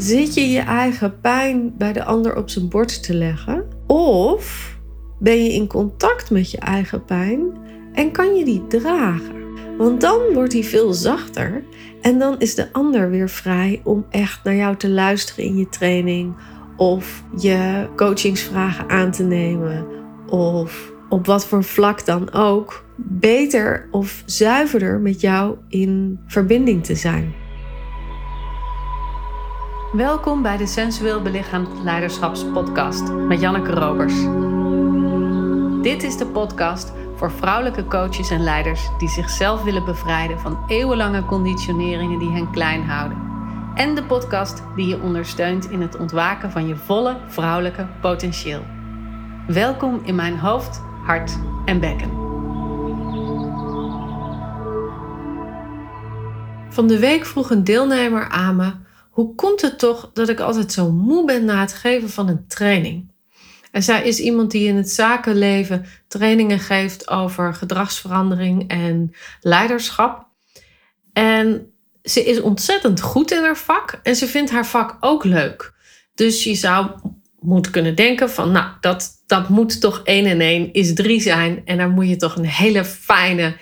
Zit je je eigen pijn bij de ander op zijn bord te leggen? Of ben je in contact met je eigen pijn en kan je die dragen? Want dan wordt die veel zachter en dan is de ander weer vrij om echt naar jou te luisteren in je training of je coachingsvragen aan te nemen of op wat voor vlak dan ook beter of zuiverder met jou in verbinding te zijn. Welkom bij de Sensueel Belichaamd Leiderschapspodcast met Janneke Robers. Dit is de podcast voor vrouwelijke coaches en leiders die zichzelf willen bevrijden van eeuwenlange conditioneringen die hen klein houden. En de podcast die je ondersteunt in het ontwaken van je volle vrouwelijke potentieel. Welkom in mijn hoofd, hart en bekken. Van de week vroeg een deelnemer aan me: hoe komt het toch dat ik altijd zo moe ben na het geven van een training? En zij is iemand die in het zakenleven trainingen geeft over gedragsverandering en leiderschap. En ze is ontzettend goed in haar vak en ze vindt haar vak ook leuk. Dus je zou moeten kunnen denken van, nou, dat moet toch 1 en 1 is 3 zijn. En daar moet je toch een hele fijne,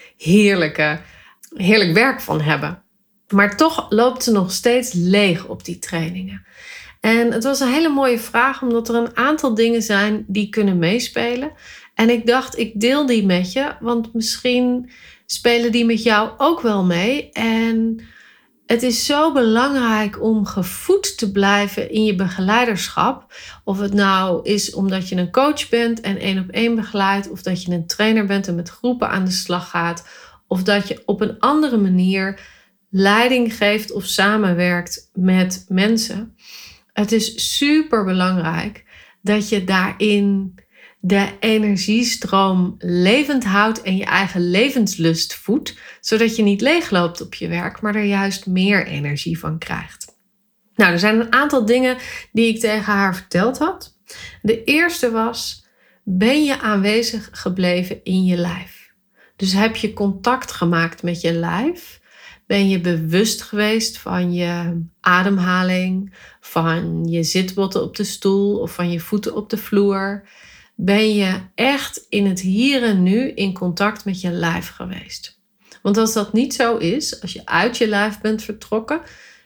heerlijk werk van hebben. Maar toch loopt ze nog steeds leeg op die trainingen. En het was een hele mooie vraag, omdat er een aantal dingen zijn die kunnen meespelen. En ik dacht, ik deel die met je, want misschien spelen die met jou ook wel mee. En het is zo belangrijk om gevoed te blijven in je begeleiderschap. Of het nou is omdat je een coach bent en 1-op-1 begeleidt, of dat je een trainer bent en met groepen aan de slag gaat, of dat je op een andere manier leiding geeft of samenwerkt met mensen. Het is super belangrijk dat je daarin de energiestroom levend houdt en je eigen levenslust voedt, zodat je niet leegloopt op je werk, maar er juist meer energie van krijgt. Nou, er zijn een aantal dingen die ik tegen haar verteld had. De eerste was: ben je aanwezig gebleven in je lijf? Dus heb je contact gemaakt met je lijf? Ben je bewust geweest van je ademhaling, van je zitbotten op de stoel of van je voeten op de vloer? Ben je echt in het hier en nu in contact met je lijf geweest? Want als dat niet zo is, als je uit je lijf bent vertrokken,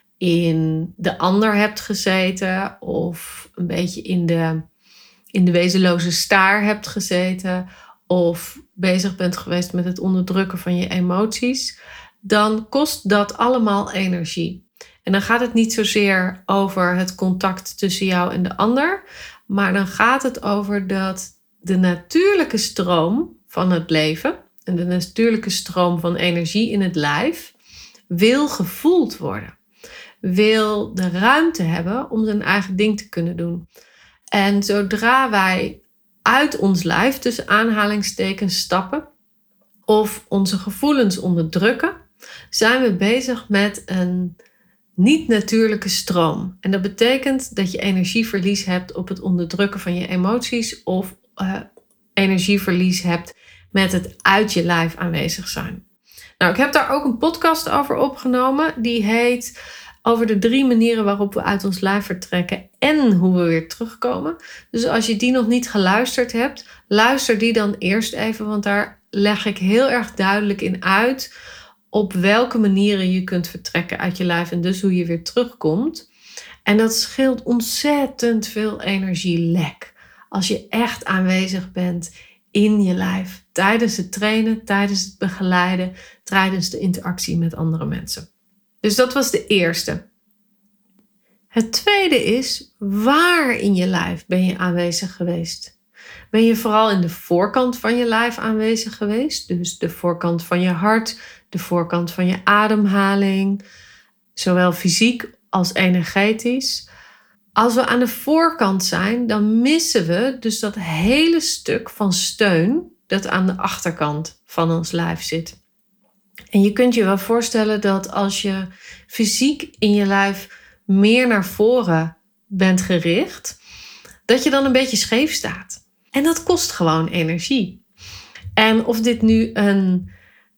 in de ander hebt gezeten of een beetje in de wezenloze staar hebt gezeten of bezig bent geweest met het onderdrukken van je emoties, dan kost dat allemaal energie. En dan gaat het niet zozeer over het contact tussen jou en de ander, maar dan gaat het over dat de natuurlijke stroom van het leven en de natuurlijke stroom van energie in het lijf wil gevoeld worden. Wil de ruimte hebben om zijn eigen ding te kunnen doen. En zodra wij uit ons lijf, tussen aanhalingstekens, stappen of onze gevoelens onderdrukken, zijn we bezig met een niet-natuurlijke stroom. En dat betekent dat je energieverlies hebt op het onderdrukken van je emoties of energieverlies hebt met het uit je lijf aanwezig zijn. Nou, ik heb daar ook een podcast over opgenomen. Die heet over de 3 manieren waarop we uit ons lijf vertrekken en hoe we weer terugkomen. Dus als je die nog niet geluisterd hebt, luister die dan eerst even, want daar leg ik heel erg duidelijk in uit op welke manieren je kunt vertrekken uit je lijf en dus hoe je weer terugkomt. En dat scheelt ontzettend veel energielek als je echt aanwezig bent in je lijf tijdens het trainen, tijdens het begeleiden, tijdens de interactie met andere mensen. Dus dat was de eerste. Het tweede is: waar in je lijf ben je aanwezig geweest? Ben je vooral in de voorkant van je lijf aanwezig geweest? Dus de voorkant van je hart, de voorkant van je ademhaling, zowel fysiek als energetisch. Als we aan de voorkant zijn, dan missen we dus dat hele stuk van steun dat aan de achterkant van ons lijf zit. En je kunt je wel voorstellen dat als je fysiek in je lijf meer naar voren bent gericht, dat je dan een beetje scheef staat. En dat kost gewoon energie. En of dit nu een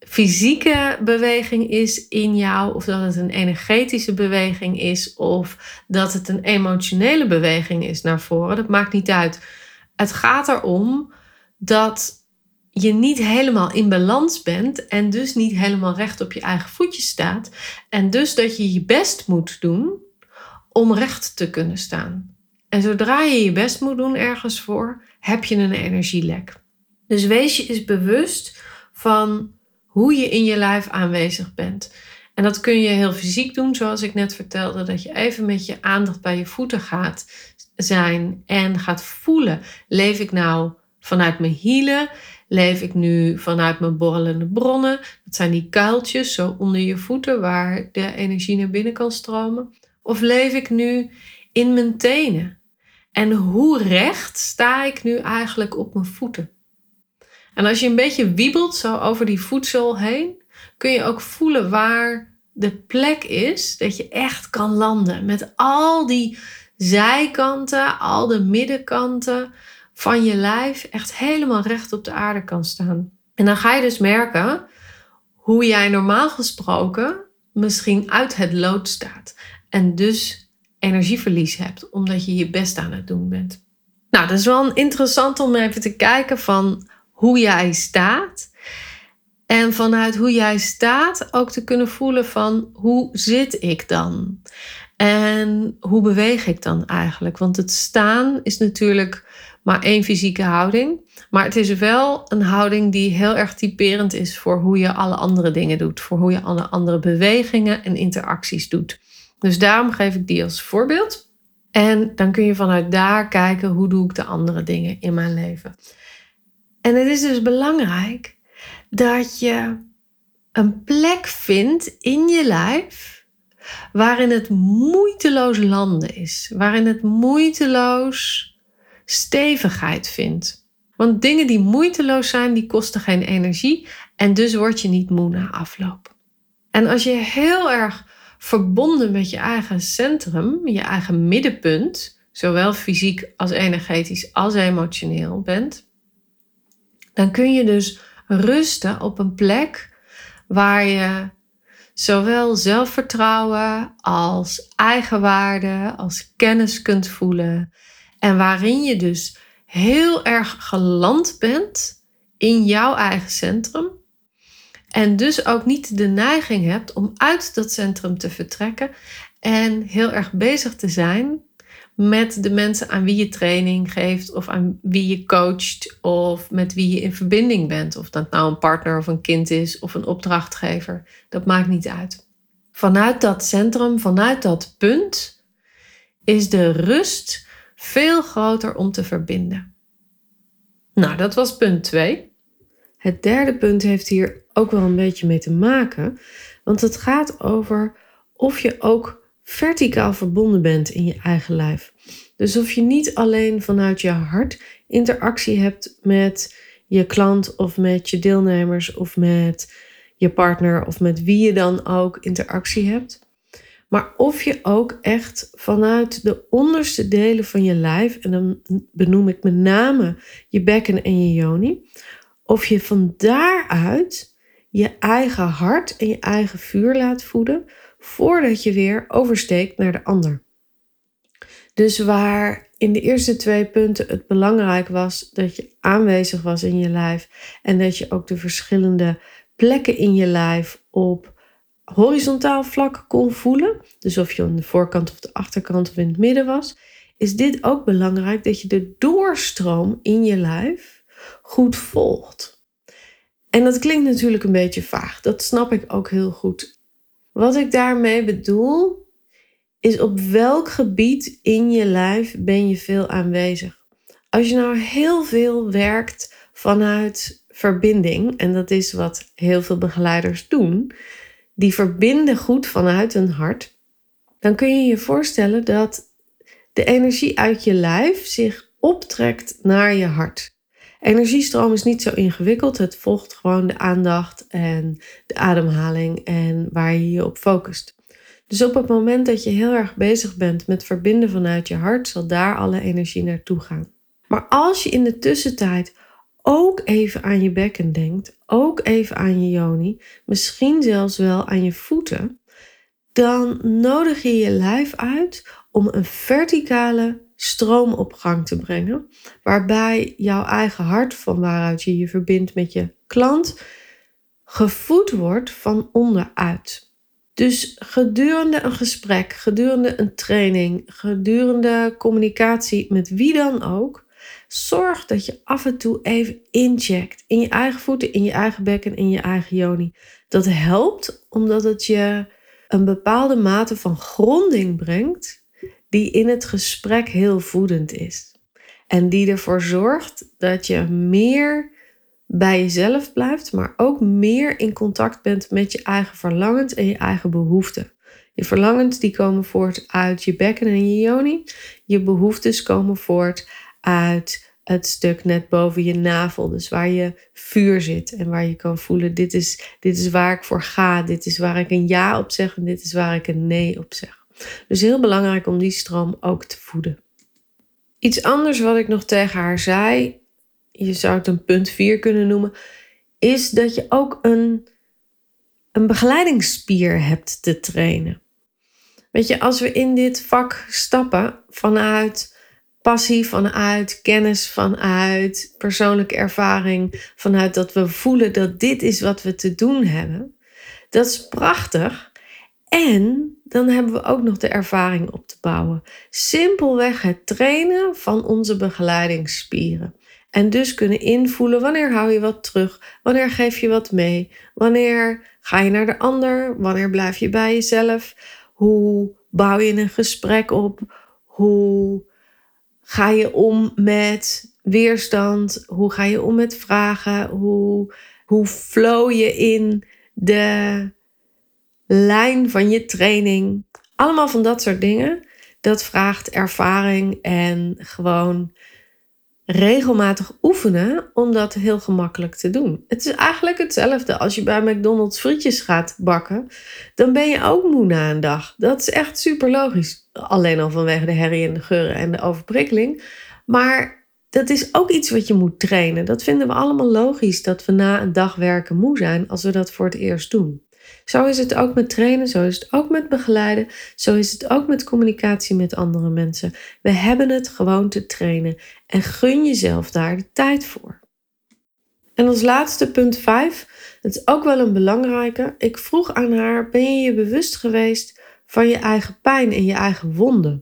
fysieke beweging is in jou, of dat het een energetische beweging is, of dat het een emotionele beweging is naar voren. Dat maakt niet uit. Het gaat erom dat je niet helemaal in balans bent en dus niet helemaal recht op je eigen voetjes staat. En dus dat je je best moet doen om recht te kunnen staan. En zodra je je best moet doen ergens voor, heb je een energielek. Dus wees je eens bewust van hoe je in je lijf aanwezig bent. En dat kun je heel fysiek doen, zoals ik net vertelde, dat je even met je aandacht bij je voeten gaat zijn en gaat voelen. Leef ik nou vanuit mijn hielen? Leef ik nu vanuit mijn borrelende bronnen? Dat zijn die kuiltjes zo onder je voeten waar de energie naar binnen kan stromen. Of leef ik nu in mijn tenen? En hoe recht sta ik nu eigenlijk op mijn voeten? En als je een beetje wiebelt zo over die voetzool heen, kun je ook voelen waar de plek is dat je echt kan landen. Met al die zijkanten, al de middenkanten van je lijf echt helemaal recht op de aarde kan staan. En dan ga je dus merken hoe jij normaal gesproken misschien uit het lood staat. En dus energieverlies hebt, omdat je je best aan het doen bent. Nou, dat is wel interessant om even te kijken van hoe jij staat. En vanuit hoe jij staat ook te kunnen voelen van hoe zit ik dan? En hoe beweeg ik dan eigenlijk? Want het staan is natuurlijk maar één fysieke houding. Maar het is wel een houding die heel erg typerend is voor hoe je alle andere dingen doet. Voor hoe je alle andere bewegingen en interacties doet. Dus daarom geef ik die als voorbeeld. En dan kun je vanuit daar kijken hoe doe ik de andere dingen in mijn leven. En het is dus belangrijk dat je een plek vindt in je lijf waarin het moeiteloos landen is. Waarin het moeiteloos stevigheid vindt. Want dingen die moeiteloos zijn, die kosten geen energie. En dus word je niet moe na afloop. En als je heel erg verbonden met je eigen centrum, je eigen middenpunt, zowel fysiek als energetisch als emotioneel bent, dan kun je dus rusten op een plek waar je zowel zelfvertrouwen als eigenwaarde, als kennis kunt voelen. En waarin je dus heel erg geland bent in jouw eigen centrum. En dus ook niet de neiging hebt om uit dat centrum te vertrekken. En heel erg bezig te zijn met de mensen aan wie je training geeft. Of aan wie je coacht. Of met wie je in verbinding bent. Of dat nou een partner of een kind is. Of een opdrachtgever. Dat maakt niet uit. Vanuit dat centrum, vanuit dat punt, is de rust veel groter om te verbinden. Nou, dat was punt 2. Het derde punt heeft hier ook wel een beetje mee te maken. Want het gaat over of je ook verticaal verbonden bent in je eigen lijf. Dus of je niet alleen vanuit je hart interactie hebt met je klant of met je deelnemers of met je partner of met wie je dan ook interactie hebt. Maar of je ook echt vanuit de onderste delen van je lijf, en dan benoem ik met name je bekken en je yoni, of je van daaruit je eigen hart en je eigen vuur laat voeden, voordat je weer oversteekt naar de ander. Dus waar in de eerste 2 punten het belangrijk was dat je aanwezig was in je lijf en dat je ook de verschillende plekken in je lijf op horizontaal vlak kon voelen, dus of je aan de voorkant of de achterkant of in het midden was, is dit ook belangrijk dat je de doorstroom in je lijf goed volgt. En dat klinkt natuurlijk een beetje vaag, dat snap ik ook heel goed. Wat ik daarmee bedoel, is op welk gebied in je lijf ben je veel aanwezig. Als je nou heel veel werkt vanuit verbinding, en dat is wat heel veel begeleiders doen, die verbinden goed vanuit hun hart, dan kun je je voorstellen dat de energie uit je lijf zich optrekt naar je hart. Energiestroom is niet zo ingewikkeld. Het volgt gewoon de aandacht en de ademhaling en waar je je op focust. Dus op het moment dat je heel erg bezig bent met verbinden vanuit je hart, zal daar alle energie naartoe gaan. Maar als je in de tussentijd ook even aan je bekken denkt, ook even aan je yoni, misschien zelfs wel aan je voeten, dan nodig je je lijf uit om een verticale stroom op gang te brengen, waarbij jouw eigen hart, van waaruit je je verbindt met je klant, gevoed wordt van onderuit. Dus gedurende een gesprek, gedurende een training, gedurende communicatie met wie dan ook, zorg dat je af en toe even incheckt in je eigen voeten, in je eigen bekken, in je eigen yoni. Dat helpt omdat het je een bepaalde mate van gronding brengt die in het gesprek heel voedend is. En die ervoor zorgt dat je meer bij jezelf blijft, maar ook meer in contact bent met je eigen verlangens en je eigen behoeften. Je verlangens die komen voort uit je bekken en je yoni. Je behoeftes komen voort uit het stuk net boven je navel. Dus waar je vuur zit en waar je kan voelen, dit is waar ik voor ga. Dit is waar ik een ja op zeg en dit is waar ik een nee op zeg. Dus heel belangrijk om die stroom ook te voeden. Iets anders wat ik nog tegen haar zei, je zou het een punt 4 kunnen noemen, is dat je ook een begeleidingsspier hebt te trainen. Weet je, als we in dit vak stappen vanuit passie, vanuit kennis, vanuit persoonlijke ervaring, vanuit dat we voelen dat dit is wat we te doen hebben, dat is prachtig. En dan hebben we ook nog de ervaring op te bouwen. Simpelweg het trainen van onze begeleidingsspieren. En dus kunnen invoelen, wanneer hou je wat terug, wanneer geef je wat mee, wanneer ga je naar de ander, wanneer blijf je bij jezelf, hoe bouw je een gesprek op, hoe ga je om met weerstand, hoe ga je om met vragen, hoe flow je in de lijn van je training. Allemaal van dat soort dingen. Dat vraagt ervaring en gewoon regelmatig oefenen om dat heel gemakkelijk te doen. Het is eigenlijk hetzelfde als je bij McDonald's frietjes gaat bakken. Dan ben je ook moe na een dag. Dat is echt super logisch. Alleen al vanwege de herrie en de geuren en de overprikkeling. Maar dat is ook iets wat je moet trainen. Dat vinden we allemaal logisch, dat we na een dag werken moe zijn als we dat voor het eerst doen. Zo is het ook met trainen, zo is het ook met begeleiden, zo is het ook met communicatie met andere mensen. We hebben het gewoon te trainen en gun jezelf daar de tijd voor. En als laatste punt 5, dat is ook wel een belangrijke. Ik vroeg aan haar, ben je je bewust geweest van je eigen pijn en je eigen wonden?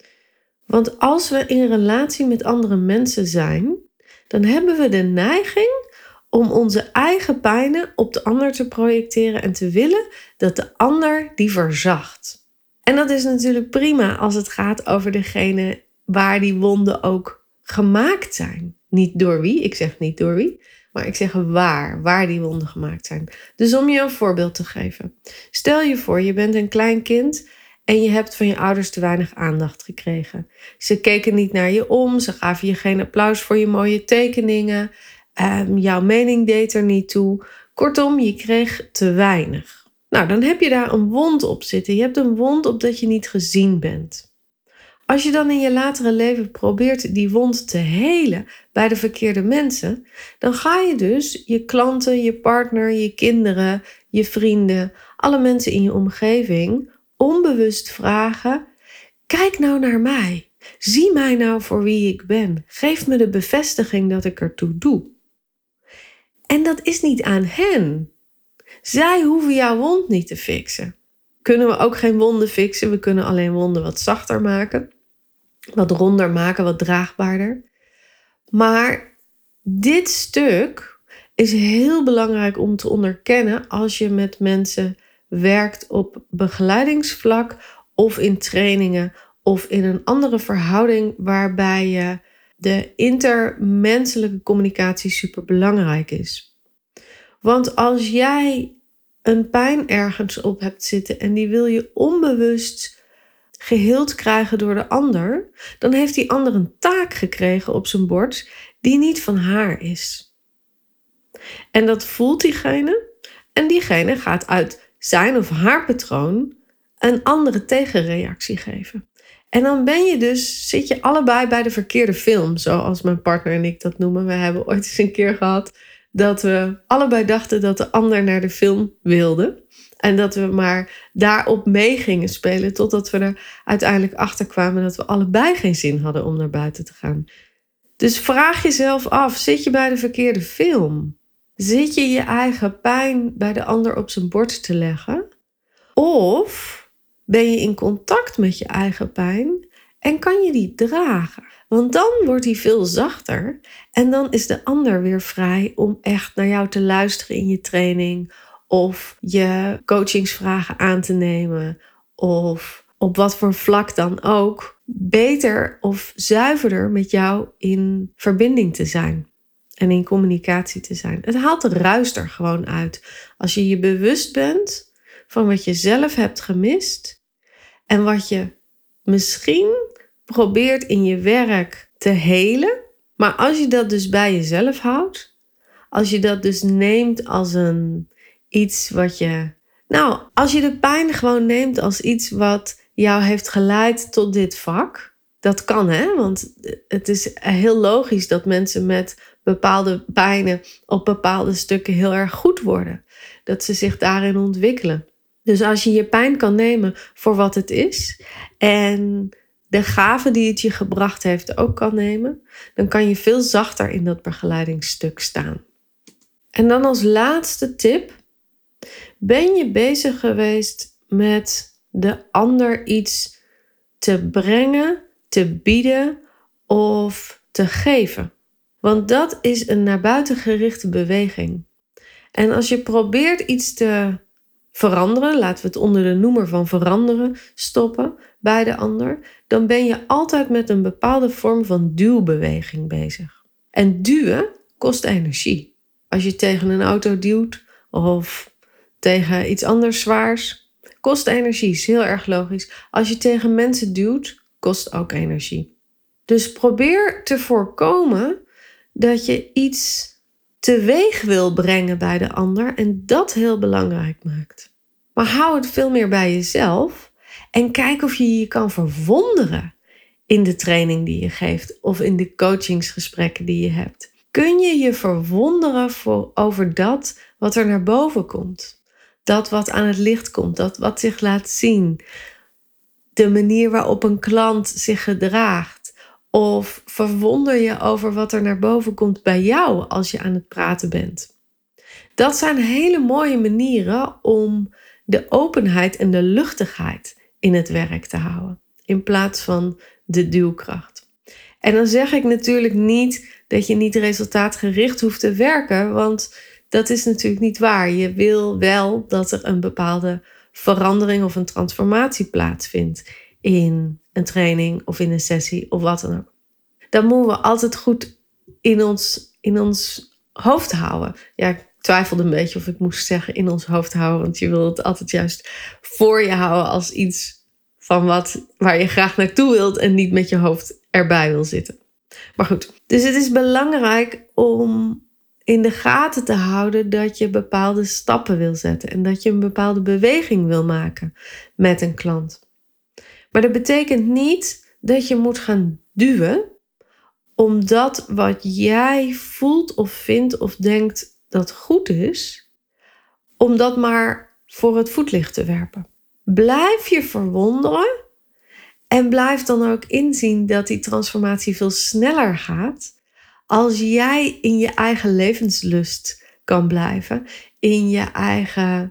Want als we in relatie met andere mensen zijn, dan hebben we de neiging om onze eigen pijnen op de ander te projecteren en te willen dat de ander die verzacht. En dat is natuurlijk prima als het gaat over degene waar die wonden ook gemaakt zijn. Niet door wie, ik zeg niet door wie, maar ik zeg waar die wonden gemaakt zijn. Dus om je een voorbeeld te geven. Stel je voor, je bent een klein kind en je hebt van je ouders te weinig aandacht gekregen. Ze keken niet naar je om, ze gaven je geen applaus voor je mooie tekeningen. Jouw mening deed er niet toe. Kortom, je kreeg te weinig. Nou, dan heb je daar een wond op zitten. Je hebt een wond op dat je niet gezien bent. Als je dan in je latere leven probeert die wond te helen bij de verkeerde mensen, dan ga je dus je klanten, je partner, je kinderen, je vrienden, alle mensen in je omgeving onbewust vragen: kijk nou naar mij. Zie mij nou voor wie ik ben. Geef me de bevestiging dat ik ertoe doe. En dat is niet aan hen. Zij hoeven jouw wond niet te fixen. Kunnen we ook geen wonden fixen. We kunnen alleen wonden wat zachter maken. Wat ronder maken, wat draagbaarder. Maar dit stuk is heel belangrijk om te onderkennen als je met mensen werkt op begeleidingsvlak of in trainingen of in een andere verhouding waarbij je de intermenselijke communicatie super belangrijk is. Want als jij een pijn ergens op hebt zitten en die wil je onbewust geheeld krijgen door de ander, dan heeft die ander een taak gekregen op zijn bord die niet van haar is. En dat voelt diegene en diegene gaat uit zijn of haar patroon een andere tegenreactie geven. En dan zit je allebei bij de verkeerde film, zoals mijn partner en ik dat noemen. We hebben ooit eens een keer gehad dat we allebei dachten dat de ander naar de film wilde. En dat we maar daarop mee gingen spelen, totdat we er uiteindelijk achter kwamen dat we allebei geen zin hadden om naar buiten te gaan. Dus vraag jezelf af, zit je bij de verkeerde film? Zit je je eigen pijn bij de ander op zijn bord te leggen? Of ben je in contact met je eigen pijn en kan je die dragen? Want dan wordt die veel zachter en dan is de ander weer vrij om echt naar jou te luisteren in je training of je coachingsvragen aan te nemen of op wat voor vlak dan ook beter of zuiverder met jou in verbinding te zijn en in communicatie te zijn. Het haalt de ruis er gewoon uit. Als je je bewust bent van wat je zelf hebt gemist en wat je misschien probeert in je werk te helen. Maar als je dat dus bij jezelf houdt, als je dat dus neemt als iets wat je... Nou, als je de pijn gewoon neemt als iets wat jou heeft geleid tot dit vak. Dat kan, hè? Want het is heel logisch dat mensen met bepaalde pijnen op bepaalde stukken heel erg goed worden. Dat ze zich daarin ontwikkelen. Dus als je je pijn kan nemen voor wat het is en de gave die het je gebracht heeft ook kan nemen, dan kan je veel zachter in dat begeleidingsstuk staan. En dan als laatste tip, ben je bezig geweest met de ander iets te brengen, te bieden of te geven? Want dat is een naar buiten gerichte beweging. En als je probeert iets te veranderen, laten we het onder de noemer van veranderen stoppen bij de ander, dan ben je altijd met een bepaalde vorm van duwbeweging bezig. En duwen kost energie. Als je tegen een auto duwt of tegen iets anders zwaars, kost energie, is heel erg logisch. Als je tegen mensen duwt, kost ook energie. Dus probeer te voorkomen dat je iets teweeg wil brengen bij de ander en dat heel belangrijk maakt. Maar hou het veel meer bij jezelf en kijk of je je kan verwonderen in de training die je geeft of in de coachingsgesprekken die je hebt. Kun je je verwonderen over dat wat er naar boven komt? Dat wat aan het licht komt, dat wat zich laat zien. De manier waarop een klant zich gedraagt. Of verwonder je over wat er naar boven komt bij jou als je aan het praten bent. Dat zijn hele mooie manieren om de openheid en de luchtigheid in het werk te houden. In plaats van de duwkracht. En dan zeg ik natuurlijk niet dat je niet resultaatgericht hoeft te werken. Want dat is natuurlijk niet waar. Je wil wel dat er een bepaalde verandering of een transformatie plaatsvindt in een training of in een sessie of wat dan ook. Dan moeten we altijd goed in ons hoofd houden. Ja, ik twijfelde een beetje of ik moest zeggen in ons hoofd houden. Want je wil het altijd juist voor je houden als iets van waar je graag naartoe wilt en niet met je hoofd erbij wil zitten. Maar goed, dus het is belangrijk om in de gaten te houden dat je bepaalde stappen wil zetten. En dat je een bepaalde beweging wil maken met een klant. Maar dat betekent niet dat je moet gaan duwen, omdat wat jij voelt of vindt of denkt dat goed is, om dat maar voor het voetlicht te werpen. Blijf je verwonderen en blijf dan ook inzien dat die transformatie veel sneller gaat als jij in je eigen levenslust kan blijven, in je eigen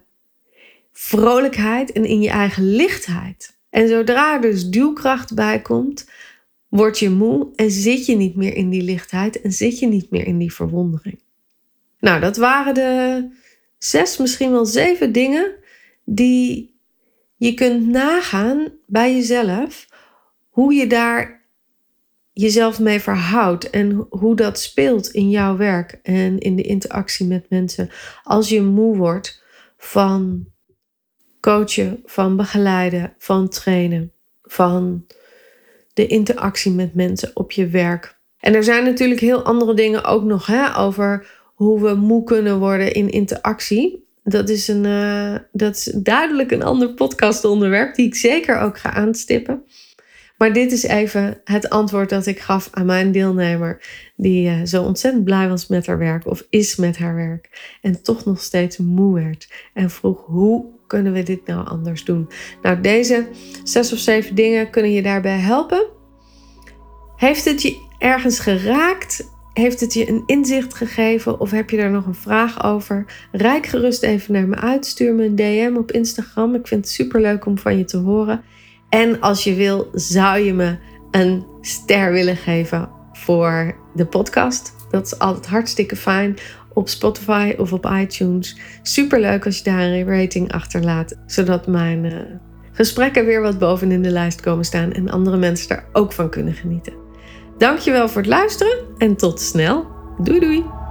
vrolijkheid en in je eigen lichtheid. En zodra er dus duwkracht bij komt, word je moe en zit je niet meer in die lichtheid en zit je niet meer in die verwondering. Nou, dat waren de 6, misschien wel 7 dingen die je kunt nagaan bij jezelf, hoe je daar jezelf mee verhoudt en hoe dat speelt in jouw werk en in de interactie met mensen als je moe wordt van coachen, van begeleiden, van trainen, van de interactie met mensen op je werk. En er zijn natuurlijk heel andere dingen ook nog over hoe we moe kunnen worden in interactie. Dat is duidelijk een ander podcastonderwerp die ik zeker ook ga aanstippen. Maar dit is even het antwoord dat ik gaf aan mijn deelnemer, die zo ontzettend blij was met haar werk of is met haar werk en toch nog steeds moe werd en vroeg: hoe kunnen we dit nou anders doen? Nou, deze 6 of 7 dingen kunnen je daarbij helpen. Heeft het je ergens geraakt? Heeft het je een inzicht gegeven of heb je daar nog een vraag over? Reik gerust even naar me uit. Stuur me een DM op Instagram. Ik vind het superleuk om van je te horen. En als je wil, zou je me een ster willen geven voor de podcast. Dat is altijd hartstikke fijn op Spotify of op iTunes. Superleuk als je daar een rating achterlaat, zodat mijn gesprekken weer wat bovenin de lijst komen staan en andere mensen daar ook van kunnen genieten. Dankjewel voor het luisteren en tot snel. Doei doei!